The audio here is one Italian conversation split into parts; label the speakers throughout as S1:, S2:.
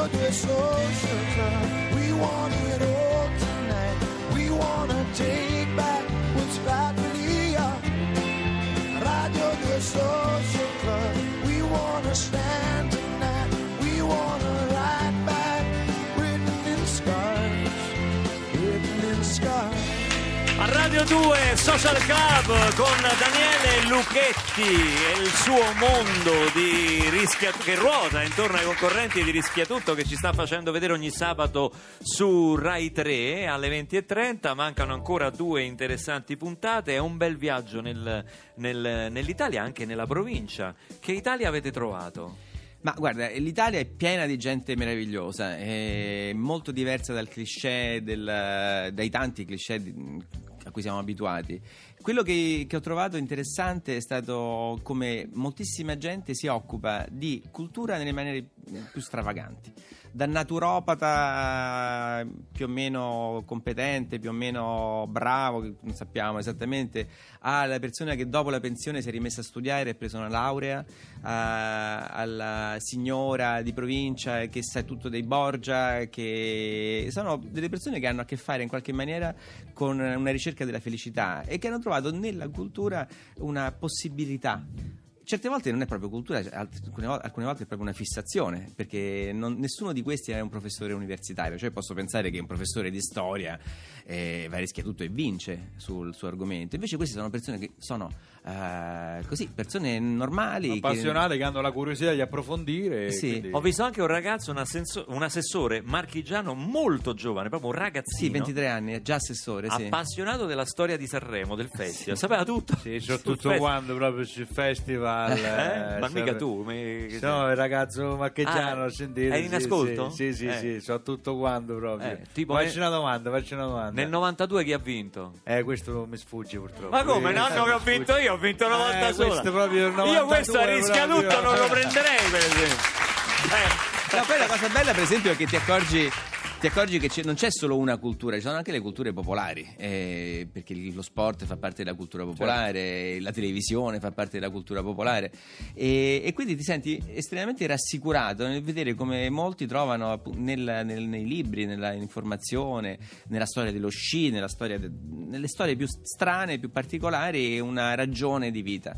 S1: Radio 2 Social Club. We want it all tonight. We wanna take back what's rightfully ours. Radio 2 Social Club. We wanna stand tonight. We wanna ride back, written in scars, written in scars.
S2: A Radio 2 Social Club con Daniele Lucchetti e il suo mondo di che ruota intorno ai concorrenti di Rischiatutto, che ci sta facendo vedere ogni sabato su Rai 3 alle 20:30. Mancano ancora 2 interessanti puntate. È un bel viaggio nell'Italia, anche nella provincia. Che Italia avete trovato?
S3: Ma guarda, l'Italia è piena di gente meravigliosa, è molto diversa dal cliché dai tanti cliché a cui siamo abituati. Quello che ho trovato interessante è stato come moltissima gente si occupa di cultura nelle maniere più stravaganti. Da naturopata più o meno competente, più o meno bravo, che non sappiamo esattamente, alla persona che dopo la pensione si è rimessa a studiare e ha preso una laurea, alla signora di provincia che sa tutto dei Borgia, che sono delle persone che hanno a che fare in qualche maniera con una ricerca della felicità e che hanno trovato nella cultura una possibilità. Certe volte non è proprio cultura, alcune volte è proprio una fissazione, perché nessuno di questi è un professore universitario. Cioè posso pensare che un professore di storia va a Rischiatutto e vince sul suo argomento. Invece queste sono persone che sono così, persone normali,
S4: appassionate, che hanno la curiosità di approfondire.
S3: Sì.
S4: Quindi...
S2: Ho visto anche un ragazzo, un assessore marchigiano molto giovane, proprio un ragazzino.
S3: Sì, 23 anni, è già assessore, sì.
S2: Appassionato della storia di Sanremo, del festival, sapeva tutto.
S4: Sì, so tutto quanto proprio sul festival.
S2: Ma mica tu.
S4: No, il ragazzo marchigiano, sentite.
S2: Eri in ascolto?
S4: Sì, so tutto quanto proprio.
S2: Tipo
S4: facci una domanda.
S2: Nel 92 chi ha vinto?
S4: Questo mi sfugge purtroppo.
S2: Ma come? No, che ho vinto io, ho vinto una volta sola.
S4: Proprio 92,
S2: io questo a Rischiatutto
S4: proprio...
S2: non lo prenderei, per esempio.
S3: No, poi la cosa bella, per esempio, è che ti accorgi che non c'è solo una cultura, ci sono anche le culture popolari, perché lo sport fa parte della cultura popolare, certo. La televisione fa parte della cultura popolare, e quindi ti senti estremamente rassicurato nel vedere come molti trovano nei libri, nell'informazione, nella storia dello sci, nelle storie più strane, più particolari, una ragione di vita.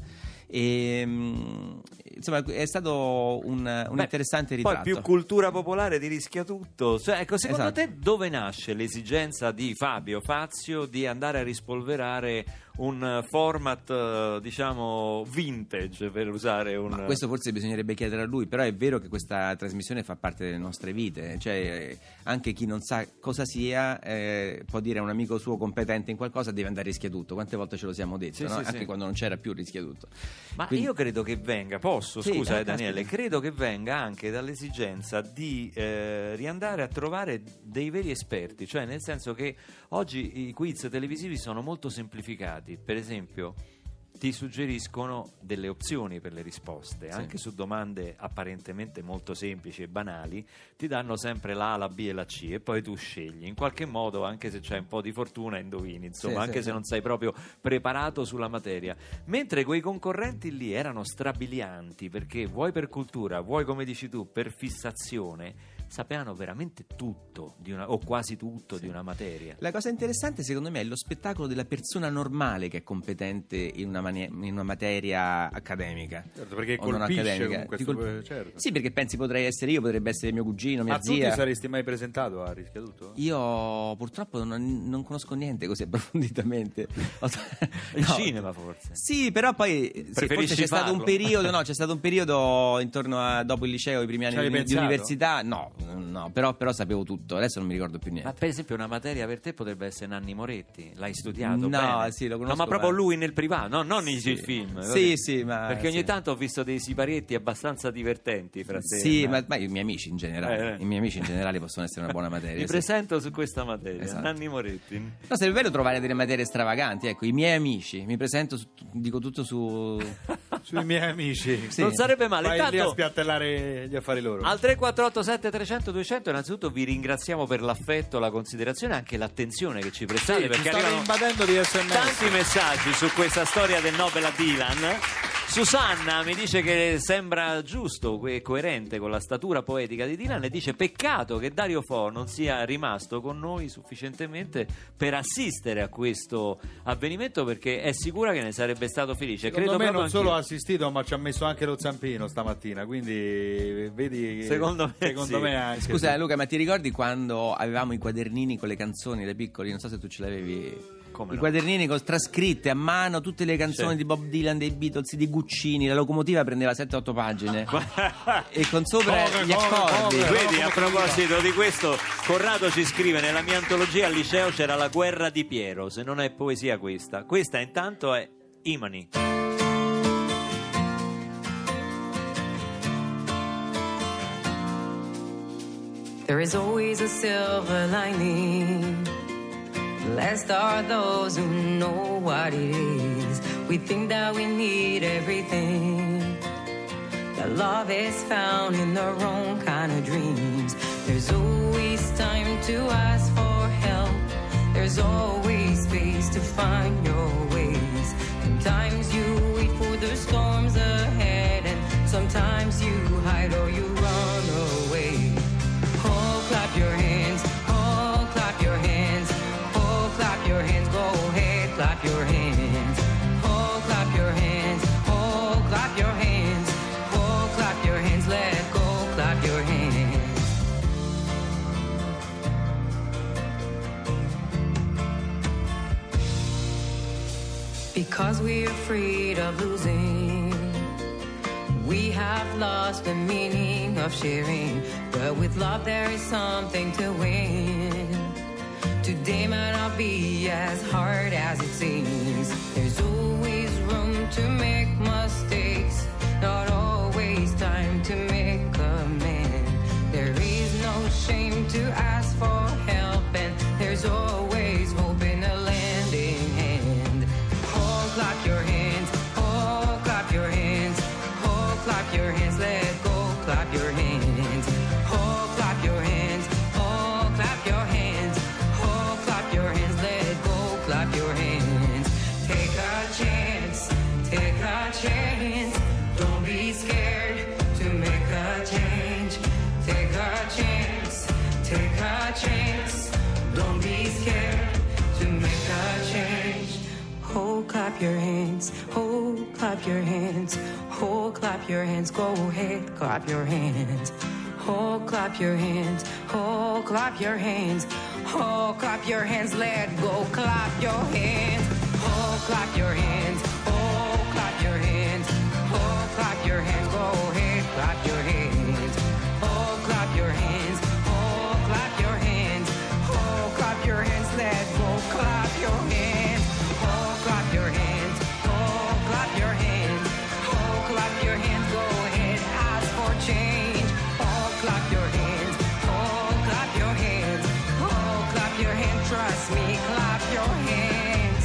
S3: Insomma, è stato un interessante ritratto.
S2: Poi più cultura popolare di Rischiatutto. Cioè, ecco, secondo
S3: esatto.
S2: te dove nasce l'esigenza di Fabio Fazio di andare a rispolverare un format diciamo vintage, per usare un...
S3: Ma questo forse bisognerebbe chiedere a lui, però è vero che questa trasmissione fa parte delle nostre vite, cioè anche chi non sa cosa sia può dire a un amico suo competente in qualcosa deve andare a Rischiatutto. Quante volte ce lo siamo detto,
S2: sì,
S3: no?
S2: Sì,
S3: anche
S2: sì.
S3: quando non c'era più Rischiatutto.
S2: Ma
S3: Quindi...
S2: io credo che venga, scusa Daniele,
S3: aspetta.
S2: credo che venga anche dall'esigenza di riandare a trovare dei veri esperti, cioè nel senso che oggi i quiz televisivi sono molto semplificati. Per esempio ti suggeriscono delle opzioni per le risposte,
S3: sì.
S2: Anche su domande apparentemente molto semplici e banali ti danno sempre la A, la B e la C e poi tu scegli, in qualche modo, anche se c'è un po' di fortuna indovini, insomma,
S3: sì,
S2: anche se non sei proprio preparato sulla materia, mentre quei concorrenti lì erano strabilianti, perché vuoi per cultura, vuoi come dici tu per fissazione, sapevano veramente tutto o quasi tutto di una materia.
S3: La cosa interessante secondo me è lo spettacolo della persona normale che è competente in una materia accademica,
S4: certo, perché
S3: o non
S4: colpisce
S3: accademica.
S4: comunque certo.
S3: Sì, perché pensi potrei essere io, potrebbe essere mio cugino, mia
S4: tu
S3: zia.
S4: ti saresti mai presentato a Rischiatutto?
S3: Io purtroppo non conosco niente così approfonditamente.
S2: Il cinema forse.
S3: Sì, però poi forse c'è stato un periodo, c'è stato un periodo intorno a dopo il liceo, i primi anni di università. No, però sapevo tutto, adesso non mi ricordo più niente.
S2: Ma per esempio una materia per te potrebbe essere Nanni Moretti, l'hai studiato?
S3: No,
S2: bene?
S3: sì, lo conosco.
S2: No, ma proprio lui nel privato, non i film.
S3: Sì, ma
S2: perché ogni
S3: sì.
S2: tanto ho visto dei siparietti abbastanza divertenti fra te.
S3: Sì, ma i miei amici in generale, possono essere una buona materia.
S2: Mi presento su questa materia,
S3: esatto.
S2: Nanni Moretti.
S3: No, sarebbe bello trovare delle materie stravaganti, ecco, i miei amici, mi presento, dico tutto sui
S4: miei amici.
S3: Sì.
S2: Non sarebbe male.
S4: Vai
S2: Intanto
S4: lì a spiattellare gli affari loro.
S2: al 348 7300 200 innanzitutto vi ringraziamo per l'affetto, la considerazione e anche l'attenzione che ci prestate,
S4: Sì,
S2: perché
S4: ci state
S2: arrivano
S4: invadendo di SMS.
S2: tanti messaggi su questa storia del Nobel a Dylan. Susanna mi dice che sembra giusto e coerente con la statura poetica di Dylan e dice peccato che Dario Fo non sia rimasto con noi sufficientemente per assistere a questo avvenimento, perché è sicura che ne sarebbe stato felice.
S4: Secondo me non
S2: anch'io.
S4: solo ha assistito, ma ci ha messo anche lo zampino stamattina, quindi vedi,
S2: Secondo me sì.
S4: me anche.
S3: Scusa Luca, ma ti ricordi quando avevamo i quadernini con le canzoni da piccoli? Non so se tu ce l'avevi.
S2: Come
S3: I
S2: no?
S3: quadernini con trascritte a mano tutte le canzoni
S2: Sì.
S3: di Bob Dylan, dei Beatles, di Guccini. La locomotiva prendeva 7-8 pagine e con sopra gli accordi.
S2: Vedi, a proposito di questo, Corrado ci scrive: nella mia antologia al liceo c'era La guerra di Piero. Se non è poesia questa intanto è Imani.
S5: There is always a silver lining. Blessed are those who know what it is. We think that we need everything. That love is found in the wrong kind of dreams. There's always time to ask for help. There's always space to find your ways. Sometimes you wait for the storms ahead, and sometimes you hide or you run away. Oh, clap your hands. Oh, clap your hands. Oh, clap your hands. Go ahead, clap your hands. Oh, clap your hands. Oh, clap your hands. Oh, clap your hands. Let go, clap your hands. Because we're afraid of losing, we have lost the meaning of sharing. But with love there is something to win. Today might not be as hard as it seems. There's always room to make mistakes, not always time to make amends. There is no shame to ask for help, and there's always hope in a lending hand. Oh, clap your hands. Oh, clap your hands. Oh, clap your hands. Let go, clap your hands. Oh, clap your hands. Oh, clap your hands. Oh, clap your hands. Let go, clap your hands. Take a chance. Take a chance. Don't be scared to make a change. Take a chance. Take a chance. Don't be scared to make a change. Oh, clap your hands. Oh, clap your hands. Oh, clap your hands. Go ahead, clap your hands. Oh, clap your hands. Oh, clap your hands. Oh, clap your hands. Let go, clap your hands. Oh, clap your hands. Oh, clap your hands. Oh, clap your hands. Go ahead, clap your hands. Oh, clap your hands. Oh, clap your hands. Oh, clap your hands. Let go, clap your hands. Oh, clap your hands. Oh, clap your hands. Oh, clap your hands. Go ahead, ask for change. Oh, clap your hands. Oh, clap your hands. Oh, clap your hands. Trust me, clap your hands.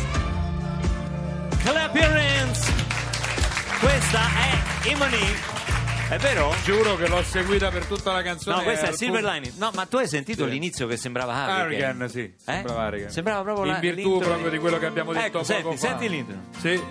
S2: Clap your hands. Questa è Imani. È vero?
S4: Giuro che l'ho seguita per tutta la canzone.
S2: No, questa è
S4: al
S2: Silver
S4: punto-
S2: Lining. No, ma tu hai sentito
S4: Sì.
S2: l'inizio che sembrava Hurricane?
S4: Hurricane, sì, sembrava Hurricane.
S2: Sembrava proprio
S4: in virtù
S2: l'intro
S4: proprio di quello che abbiamo detto
S2: ecco,
S4: poco fa.
S2: senti l'intro.
S4: Sì.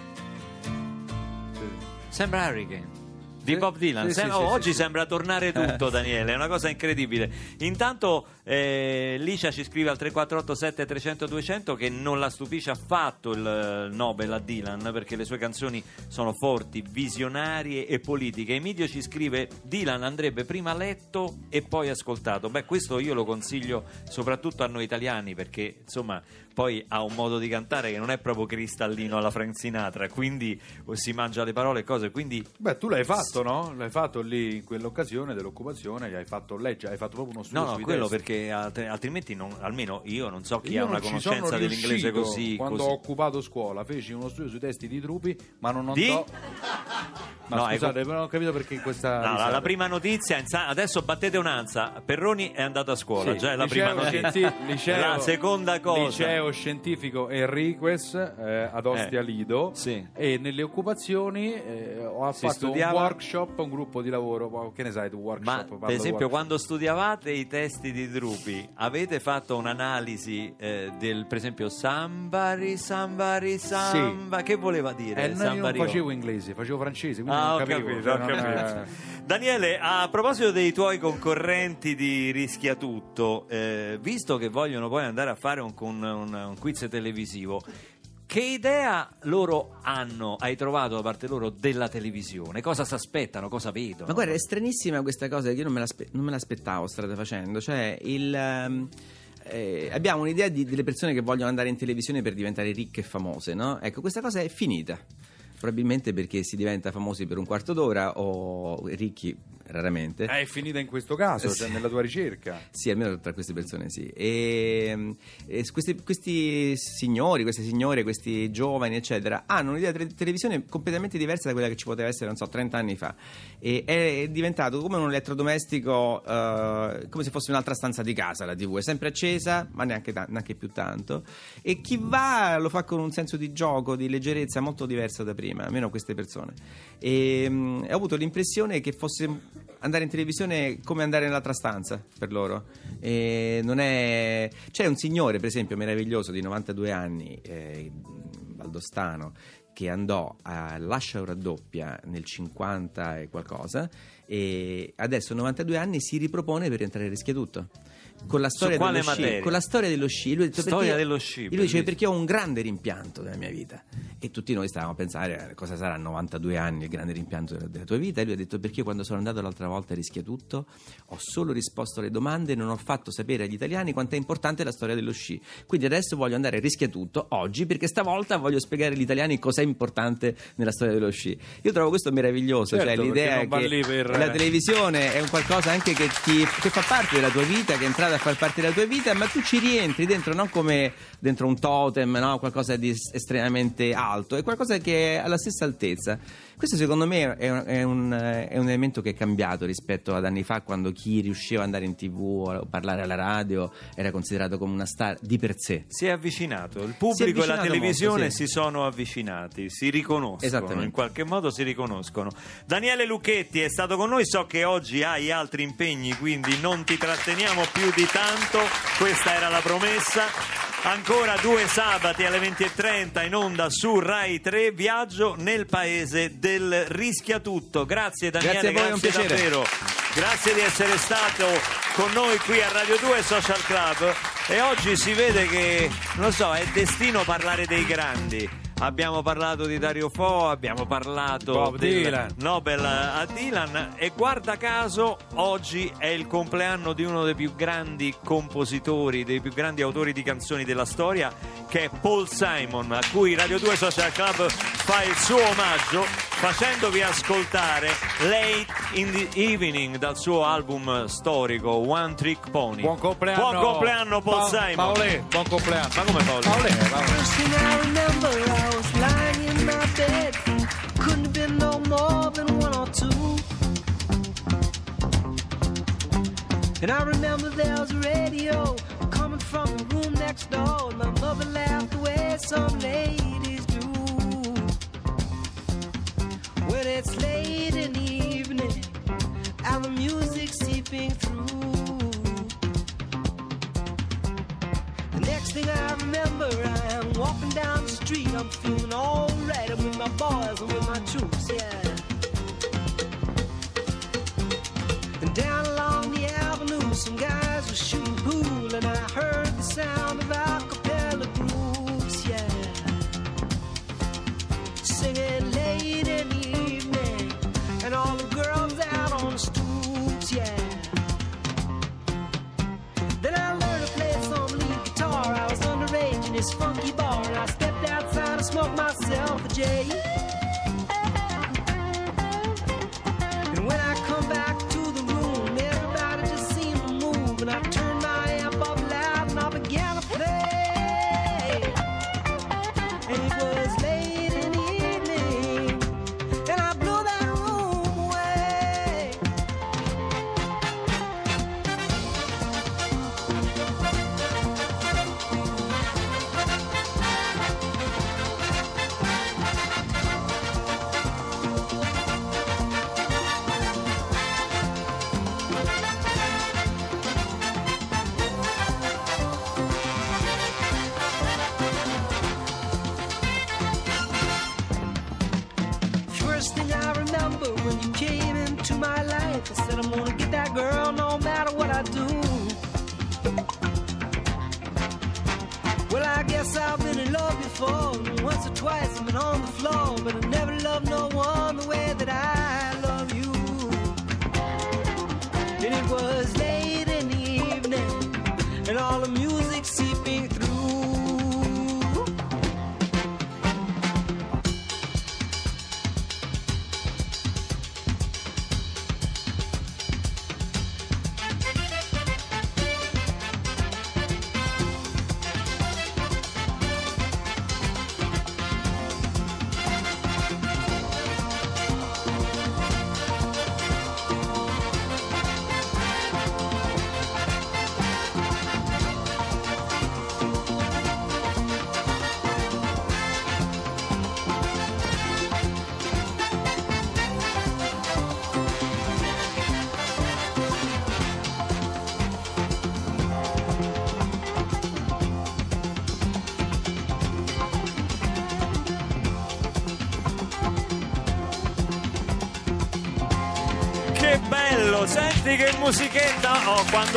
S2: Sembra Hurricane di
S4: Sì.
S2: Bob Dylan.
S4: Sì, sì, sì,
S2: oggi
S4: sì.
S2: sembra tornare tutto, Daniele, è una cosa incredibile. Intanto Licia ci scrive al 3487 300 200 che non la stupisce affatto il Nobel a Dylan, perché le sue canzoni sono forti, visionarie e politiche. Emidio ci scrive: Dylan andrebbe prima letto e poi ascoltato. Beh, questo io lo consiglio soprattutto a noi italiani, perché insomma poi ha un modo di cantare che non è proprio cristallino alla Frank Sinatra, quindi si mangia le parole e cose, quindi
S4: Beh, tu l'hai fatto, no? L'hai fatto lì in quell'occasione dell'occupazione, gli hai fatto leggere, hai fatto proprio uno studio
S2: no,
S4: sui
S2: quello
S4: testi.
S2: perché altrimenti almeno io non so chi
S4: Io
S2: ha una
S4: non ci
S2: conoscenza
S4: sono
S2: dell'inglese
S4: riuscito.
S2: così.
S4: Quando ho occupato scuola feci uno studio sui testi di Trupi, ma non
S2: Di?
S4: andò Ma
S2: No,
S4: scusate, non ho capito perché questa
S2: No,
S4: risata.
S2: la prima notizia, adesso battete un'anza. Perroni è andato a scuola,
S4: Sì,
S2: già è la prima notizia. La seconda cosa.
S4: Liceo scientifico Enriquez ad Ostia Lido,
S2: Sì.
S4: e nelle occupazioni ho
S2: Si
S4: fatto
S2: studiava-
S4: un workshop, un gruppo di lavoro. Che ne sai tu, workshop?
S2: Ma
S4: Parlo
S2: per
S4: di
S2: esempio
S4: workshop.
S2: quando studiavate i testi di Drupi avete fatto un'analisi del, per esempio, Sambari, Samba, che voleva dire?
S4: No, io non
S2: Sambari?
S4: facevo inglese, facevo francese, quindi
S2: Ah,
S4: non
S2: ho
S4: capivo.
S2: capito,
S4: cioè,
S2: ho
S4: non-
S2: capito. Daniele, a proposito dei tuoi concorrenti di Rischiatutto, visto che vogliono poi andare a fare un quiz televisivo, che idea loro hai trovato da parte loro della televisione? Cosa si aspettano? Cosa vedono?
S3: Ma guarda, è stranissima questa cosa che io non me l'aspettavo strada facendo. Cioè, abbiamo un'idea delle persone che vogliono andare in televisione per diventare ricche e famose, no? Ecco, questa cosa è finita. Probabilmente perché si diventa famosi per un quarto d'ora o ricchi raramente.
S4: È finita in questo caso, cioè nella tua ricerca.
S3: Sì, almeno tra queste persone sì. E questi signori, queste signore, questi giovani, eccetera, hanno un'idea di televisione completamente diversa da quella che ci poteva essere, non so, 30 anni fa. E è diventato come un elettrodomestico, come se fosse un'altra stanza di casa. La TV è sempre accesa, ma neanche più tanto. E chi va lo fa con un senso di gioco, di leggerezza molto diverso da prima, almeno queste persone. E ho avuto l'impressione che fosse andare in televisione come andare nell'altra stanza per loro. Non è... C'è un signore, per esempio, meraviglioso di 92 anni, valdostano, che andò a Lascia o raddoppia nel 50 e qualcosa, e adesso a 92 anni si ripropone per entrare a Rischiatutto. Con la storia
S2: quale
S3: dello sci,
S2: materia?
S3: con la storia dello sci. Lui ha detto,
S2: Storia
S3: perché-
S2: dello sci,
S3: Lui dice
S2: bellissimo.
S3: perché ho un grande rimpianto della mia vita. E tutti noi stavamo a pensare cosa sarà a 92 anni il grande rimpianto della tua vita. E lui ha detto perché quando sono andato l'altra volta a Rischiatutto ho solo risposto alle domande e non ho fatto sapere agli italiani quanto è importante la storia dello sci. Quindi adesso voglio andare a Rischiatutto oggi perché stavolta voglio spiegare agli italiani cos'è importante nella storia dello sci. Io trovo questo meraviglioso,
S4: Certo,
S3: cioè l'idea
S4: perché non va
S3: che
S4: lì per-
S3: la televisione è un qualcosa anche che fa parte della tua vita, che è entrata a far parte della tua vita, ma tu ci rientri dentro non come dentro un totem, no? Qualcosa di estremamente alto, è qualcosa che è alla stessa altezza. Questo secondo me è un elemento che è cambiato rispetto ad anni fa, quando chi riusciva ad andare in TV o parlare alla radio era considerato come una star di per sé.
S2: Si è avvicinato, il
S3: Si è
S2: pubblico e la
S3: avvicinato
S2: televisione
S3: molto, sì.
S2: si sono avvicinati, si riconoscono,
S3: Esattamente.
S2: in qualche modo si riconoscono. Daniele Lucchetti è stato con noi, so che oggi hai altri impegni, quindi non ti tratteniamo più di tanto, questa era la promessa. Ancora 2 sabati alle 20:30 in onda su Rai 3, viaggio nel paese del Rischiatutto. Grazie Daniele,
S3: Grazie a voi, è un piacere.
S2: davvero. Grazie di essere stato con noi qui a Radio 2 Social Club. E oggi si vede che, non lo so, è destino parlare dei grandi. Abbiamo parlato di Dario Fo, abbiamo parlato
S4: Bob
S2: del
S4: Dylan.
S2: Nobel a Dylan, e guarda caso oggi è il compleanno di uno dei più grandi compositori, dei più grandi autori di canzoni della storia, che è Paul Simon, a cui Radio 2 Social Club fa il suo omaggio facendovi ascoltare Late in the Evening dal suo album storico One Trick Pony.
S4: Buon compleanno.
S2: Buon compleanno Paul Simon.
S4: Paolè, buon compleanno.
S2: Ma come Paolo?
S4: Paolè.
S1: First thing I remember, I was lying in my bed. Couldn't have been no more than 1 or 2. And I remember there was a radio coming from the room next door. And my mother laughed the way some ladies do. When it's late in the evening and the music's seeping through. The next thing I remember, I am walking down the street. I'm feeling alright. I'm with my boys and with my troops, yeah. And down along the avenue, some guys were shooting pool, and I heard the sound of a cappella groups, yeah. Singing late in the evening, and all the girls out on the stoops, yeah. Then I learned to play some lead guitar. I was underage in this funky bar, and I stepped outside and smoked myself a J. And when I come back to the room, everybody just seemed to move, and I turned my amp up loud and I began to play. And it was late in the evening, and I blew that I do. Well, I guess I've been in love before. Once or twice I've been on the floor, but I never loved no one the way that I love you. And it was late in the evening, and all the music seeping through.
S2: Che bello, senti che musichetta. Oh, quando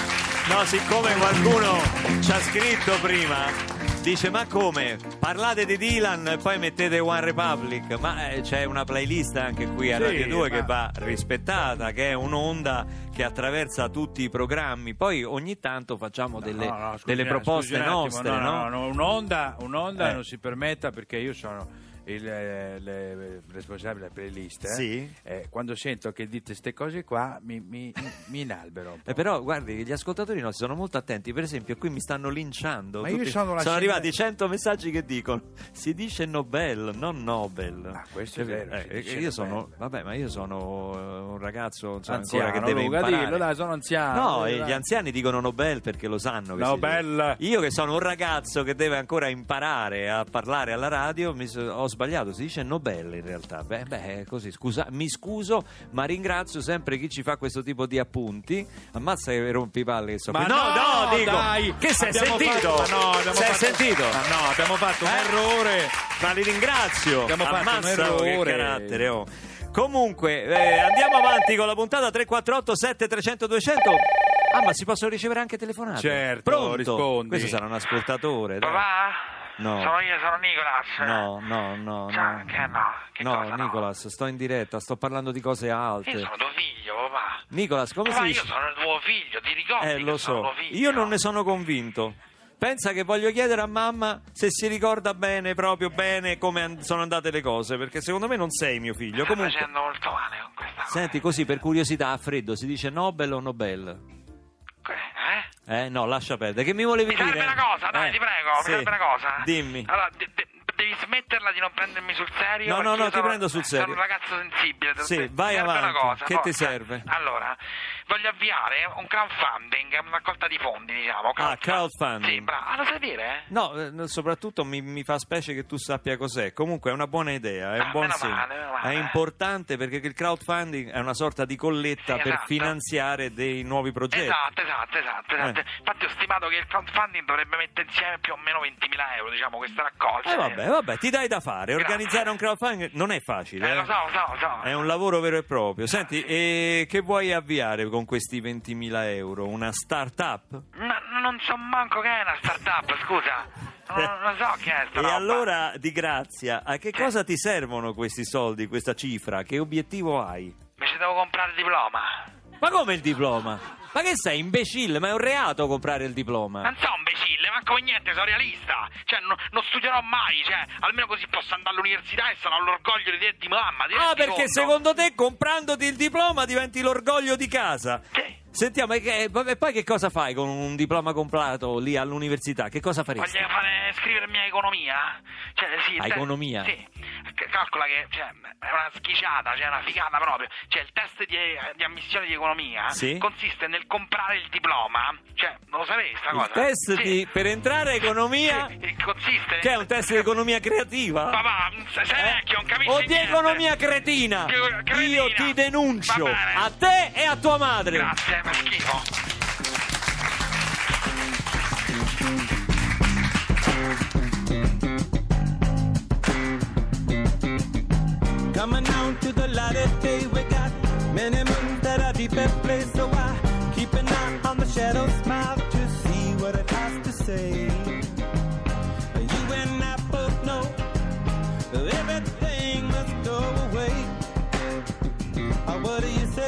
S2: no, siccome qualcuno ci ha scritto prima, dice ma come? Parlate di Dylan e poi mettete One Republic, ma c'è una playlist anche qui a Radio 2 che va rispettata, che è un'onda che attraversa tutti i programmi. Poi ogni tanto facciamo delle proposte nostre, no?
S4: Un'onda non si permetta, perché io sono il responsabile della playlist.
S2: Sì.
S4: Quando sento che dite queste cose qua mi inalbero un po'.
S2: Però guardi, gli ascoltatori nostri sono molto attenti. Per esempio qui mi stanno linciando.
S4: Ma io sono
S2: arrivati 100 messaggi che dicono si dice Nobel, non Nobel.
S4: Ah, questo è vero, si dice
S2: io sono
S4: Nobel.
S2: vabbè, ma io sono un ragazzo, insomma,
S4: Anziano,
S2: ancora che deve
S4: Luca,
S2: imparare.
S4: dillo, dai, sono anziano.
S2: No, gli anziani dicono Nobel perché lo sanno che
S4: Nobel.
S2: io che sono un ragazzo che deve ancora imparare a parlare alla radio, ho sbagliato, si dice Nobel in realtà. Beh, così, scusa, mi scuso, ma ringrazio sempre chi ci fa questo tipo di appunti. Ammazza che rompi palle che so.
S4: Ma
S2: no, dico,
S4: dai,
S2: che sei
S4: abbiamo
S2: sentito?
S4: sentito?
S2: Ma
S4: no, abbiamo fatto un errore.
S2: Ma li ringrazio.
S4: Abbiamo fatto un
S2: Ammazza,
S4: errore.
S2: che carattere, oh. Comunque, andiamo avanti con la puntata 348 7300 200. Ah, ma si possono ricevere anche telefonate?
S4: Certo,
S2: Pronto?
S4: rispondi.
S2: Questo sarà un ascoltatore. dai.
S6: Papà?
S2: No.
S6: Sono Nicolas.
S2: No.
S6: Cioè, che no? Che
S2: No,
S6: cosa,
S2: Nicolas, sto in diretta, sto parlando di cose alte.
S6: Io sono tuo figlio, papà.
S2: Nicolas, come
S6: Papà,
S2: si
S6: io
S2: dice?
S6: sono il tuo figlio, ti ricordi
S2: Lo
S6: che sono
S2: so.
S6: tuo figlio?
S2: Io non ne sono convinto. Pensa che voglio chiedere a mamma se si ricorda bene, proprio bene, come sono andate le cose, perché secondo me non sei mio figlio.
S6: Stai
S2: Comunque,
S6: facendo molto male con questa cosa.
S2: senti, così per curiosità, a freddo, si dice Nobel o Nobel? No, lascia perdere. Che mi volevi
S6: Mi
S2: dire?
S6: serve una cosa, dai, ti prego,
S2: sì.
S6: mi serve una cosa.
S2: Dimmi.
S6: Allora, devi smetterla di non prendermi sul serio.
S2: No,
S6: perché io
S2: ti prendo sul serio.
S6: Sono un ragazzo sensibile.
S2: Sì,
S6: Mi
S2: vai
S6: serve
S2: avanti.
S6: Una cosa,
S2: Che ti serve?
S6: Allora, voglio avviare un crowdfunding, una raccolta di fondi, diciamo.
S2: Crowdfunding.
S6: Sì, bravo. Lo sai dire?
S2: No, soprattutto mi fa specie che tu sappia cos'è. Comunque è una buona idea, è un buon
S6: meno
S2: segno.
S6: male, meno male.
S2: È importante perché il crowdfunding è una sorta di colletta
S6: Sì,
S2: per
S6: esatto.
S2: finanziare dei nuovi progetti.
S6: Esatto. Infatti ho stimato che il crowdfunding dovrebbe mettere insieme più o meno 20.000 euro, diciamo, questa raccolta.
S2: Vabbè, ti dai da fare. Organizzare un crowdfunding non è facile.
S6: Lo so.
S2: È un lavoro vero e proprio. Senti, e che vuoi avviare con questi 20.000 euro? Una start-up?
S6: Ma non so manco che è una start-up, scusa. Non so che è sta
S2: E
S6: roba.
S2: allora, di grazia, a che cosa ti servono questi soldi, questa cifra? Che obiettivo hai?
S6: Mi ci devo comprare il diploma.
S2: Ma come il diploma? Ma che sei, imbecille? Ma è un reato comprare il diploma.
S6: Non so, imbecille, manco per niente, sono realista. Cioè, non studierò mai, cioè, almeno così posso andare all'università e sono all'orgoglio di dirti mamma.
S2: Perché secondo te comprandoti il diploma diventi l'orgoglio di casa?
S6: Sì.
S2: Sentiamo, e poi che cosa fai con un diploma comprato lì all'università? Che cosa faresti?
S6: Voglio scrivermi a economia. Cioè, sì,
S2: A economia?
S6: Sì. Calcola che è una schiciata, cioè una figata proprio. Cioè, il test di ammissione di economia
S2: Sì?
S6: consiste nel comprare il diploma. Cioè, non lo sapevi sta
S2: Il
S6: cosa?
S2: test
S6: Sì.
S2: per entrare a economia,
S6: Sì, consiste
S2: che è un test di economia creativa?
S6: Papà, sei vecchio, non capisci
S2: O
S6: niente.
S2: di economia cretina?
S6: Cretina.
S2: Io ti denuncio
S6: Va bene.
S2: a te e a tua madre.
S6: Grazie, ma schifo.
S1: Coming down to the light of day, we got many moons that are deep at play, so I keep an eye
S7: say? You and I both know everything must go away. What do you say?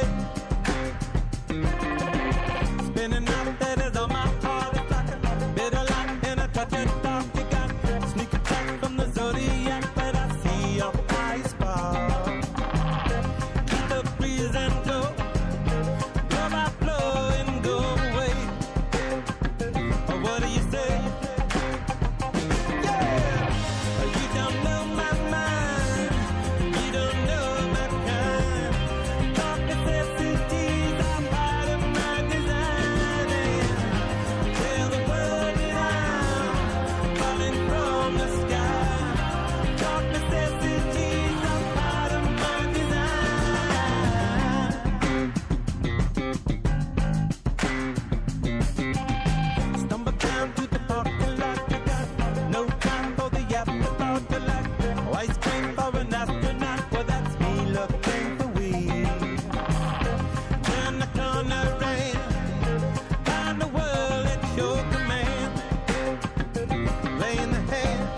S7: Spinning out that is on my heart. It's like a bitter light and a touch of dark. You got sneak attack from the zodiac, but I see your eyes spark. Keep the breeze and go, blow by blow and go away. What do you say? Yeah, you don't know my mind. You don't know my kind. Dark necessities are part of my design. And tell the world that I'm falling from the sky. Dark necessities are part of my design. Stumble down to the parking lot. You got no time for the afterthought. The light, ice cream for an astronaut. Well, that's me looking for weed. Turn the corner and find the world at your command. Lay in the hand.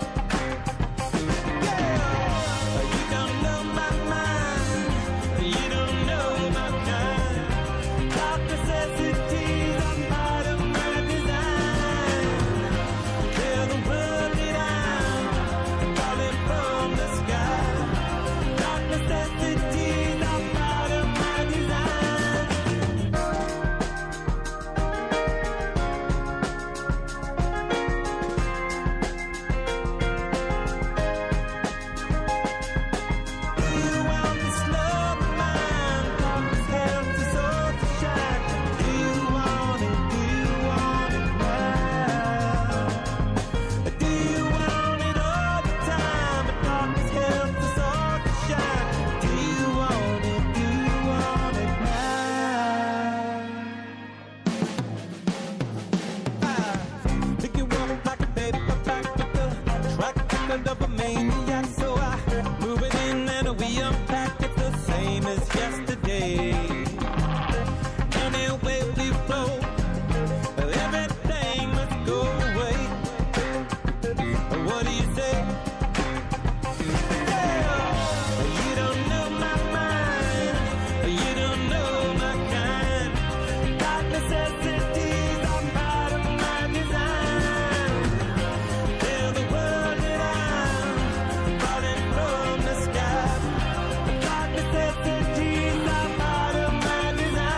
S7: Yeah, you don't know my mind. You don't know my kind. Dark necessities are part of my design. Tell the world that I'm falling from the sky. Dark necessities are part of my design. Do you want this love of mine? Darkness helps us all to shine. Do you want it? Do you want it now? Do you want it all the time? But darkness helps us all to shine. Do you want it? Do you want it now? Pick you up like a paperback with the track record of a maniac. So I move it in and we unpack it the same as yesterday. Anyway we flow, everything must go away. What do you say? Yeah, you don't know my mind. You don't know my kind. Dark necessities are part of my design. Tell the world that I'm falling from the sky. Dark necessities are part of my design.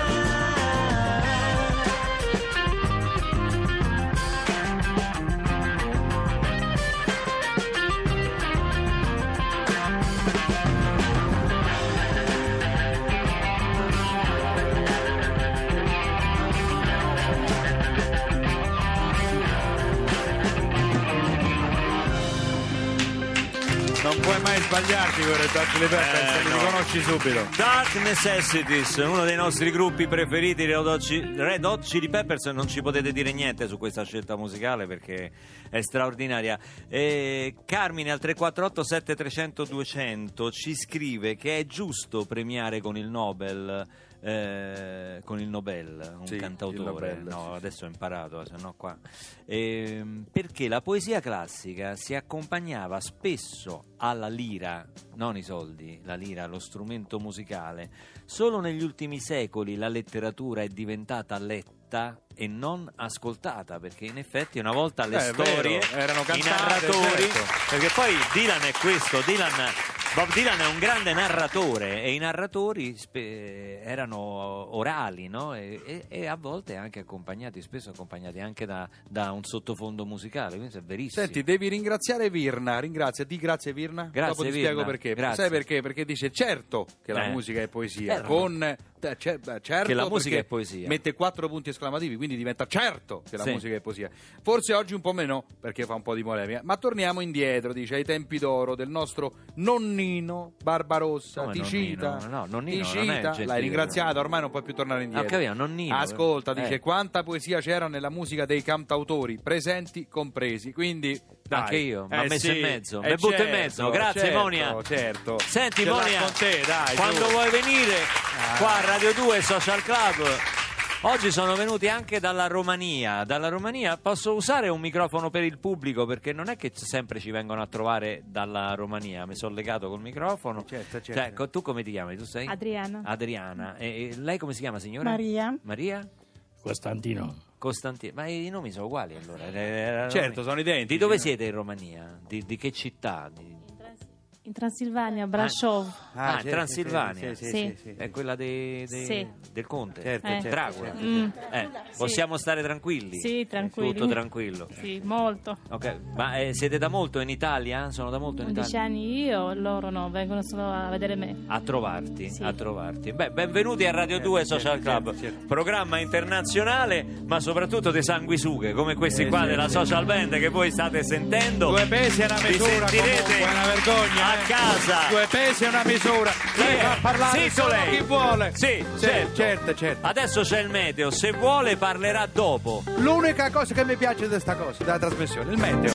S4: Non puoi mai sbagliarti con Red Hot Chili Peppers, li
S2: no.
S4: riconosci subito.
S2: Dark Necessities, uno dei nostri gruppi preferiti, Red Hot Chili Peppers. Non ci potete dire niente su questa scelta musicale perché è straordinaria. Carmine al 348 7300 200 ci scrive che è giusto premiare con il Nobel un
S4: Sì, il
S2: cantautore.
S4: Nobel,
S2: No,
S4: sì,
S2: adesso ho imparato, se no qua. Perché la poesia classica si accompagnava spesso alla lira, non i soldi, la lira, lo strumento musicale. Solo negli ultimi secoli la letteratura è diventata letta e non ascoltata, perché in effetti una volta le
S4: È vero,
S2: storie,
S4: erano
S2: i
S4: cantate,
S2: narratori,
S4: certo.
S2: perché poi Dylan è questo, Bob Dylan è un grande narratore e i narratori erano orali, no? E a volte anche accompagnati, spesso accompagnati anche da un sottofondo musicale, questo è verissimo.
S4: Senti, devi ringraziare Virna, grazie Virna.
S2: Grazie,
S4: Dopo ti
S2: Virna.
S4: spiego perché.
S2: Grazie.
S4: Sai perché? Perché dice certo che la musica è poesia, certo
S2: che la musica
S4: perché
S2: è poesia.
S4: Mette 4 punti esclamativi, quindi diventa certo che la
S2: Sì.
S4: musica è poesia. Forse oggi un po' meno perché fa un po' di polemica, ma torniamo indietro, dice, ai tempi d'oro del nostro nonnino Barbarossa.
S2: Come
S4: Ti
S2: nonnino?
S4: cita,
S2: No, nonnino
S4: ti
S2: non è
S4: cita,
S2: gentile.
S4: l'hai ringraziato, ormai non puoi più tornare indietro.
S2: Ah, capito, nonnino.
S4: Ascolta, dice, quanta poesia c'era nella musica dei cantautori, presenti compresi, quindi dai.
S2: Anche io, mi ha messo
S4: sì,
S2: in mezzo,
S4: eh
S2: mi butto in
S4: certo,
S2: mezzo. Grazie,
S4: certo,
S2: Monia.
S4: Certo.
S2: Senti,
S4: Ce l'ha
S2: Monia,
S4: con te, dai,
S2: quando
S4: su.
S2: vuoi venire qua a Radio 2 Social Club Oggi sono venuti anche dalla Romania. Dalla Romania posso usare un microfono per il pubblico, perché non è che sempre ci vengono a trovare dalla Romania. Mi sono legato col microfono.
S4: Certo.
S2: Cioè, tu come ti chiami? Tu sei? Adriana. E lei come si chiama, signora? Maria?
S8: Costantino.
S2: Costantino. Ma i nomi sono uguali allora?
S4: Certo, sono identici.
S2: Di dove siete in Romania? Di che città?
S9: In Transilvania, Brasov.
S2: Certo, Transilvania.
S9: Sì.
S2: È quella del conte.
S4: Certo.
S2: Dracula. Possiamo stare tranquilli?
S9: Sì, tranquilli.
S2: Tutto tranquillo.
S9: Sì, molto.
S2: Ok, ma siete da molto in Italia? Sono da molto in
S9: 11
S2: Italia?
S9: anni io, loro no, vengono solo a vedere me.
S2: A trovarti,
S9: Sì.
S2: a trovarti. Beh, benvenuti a Radio 2 Social Club, programma internazionale, ma soprattutto dei sanguisughe, come questi qua della Social Band che voi state sentendo.
S4: 2 pesi è una
S2: Vi
S4: misura,
S2: sentirete
S4: comunque, è una vergogna.
S2: a casa.
S4: 2 pesi è una misura. Lei fa parlare
S2: Zitto
S4: solo
S2: lei.
S4: chi vuole.
S2: Sì, certo.
S4: certo.
S2: Adesso c'è il meteo, se vuole parlerà dopo.
S4: L'unica cosa che mi piace di questa cosa, della trasmissione, il meteo.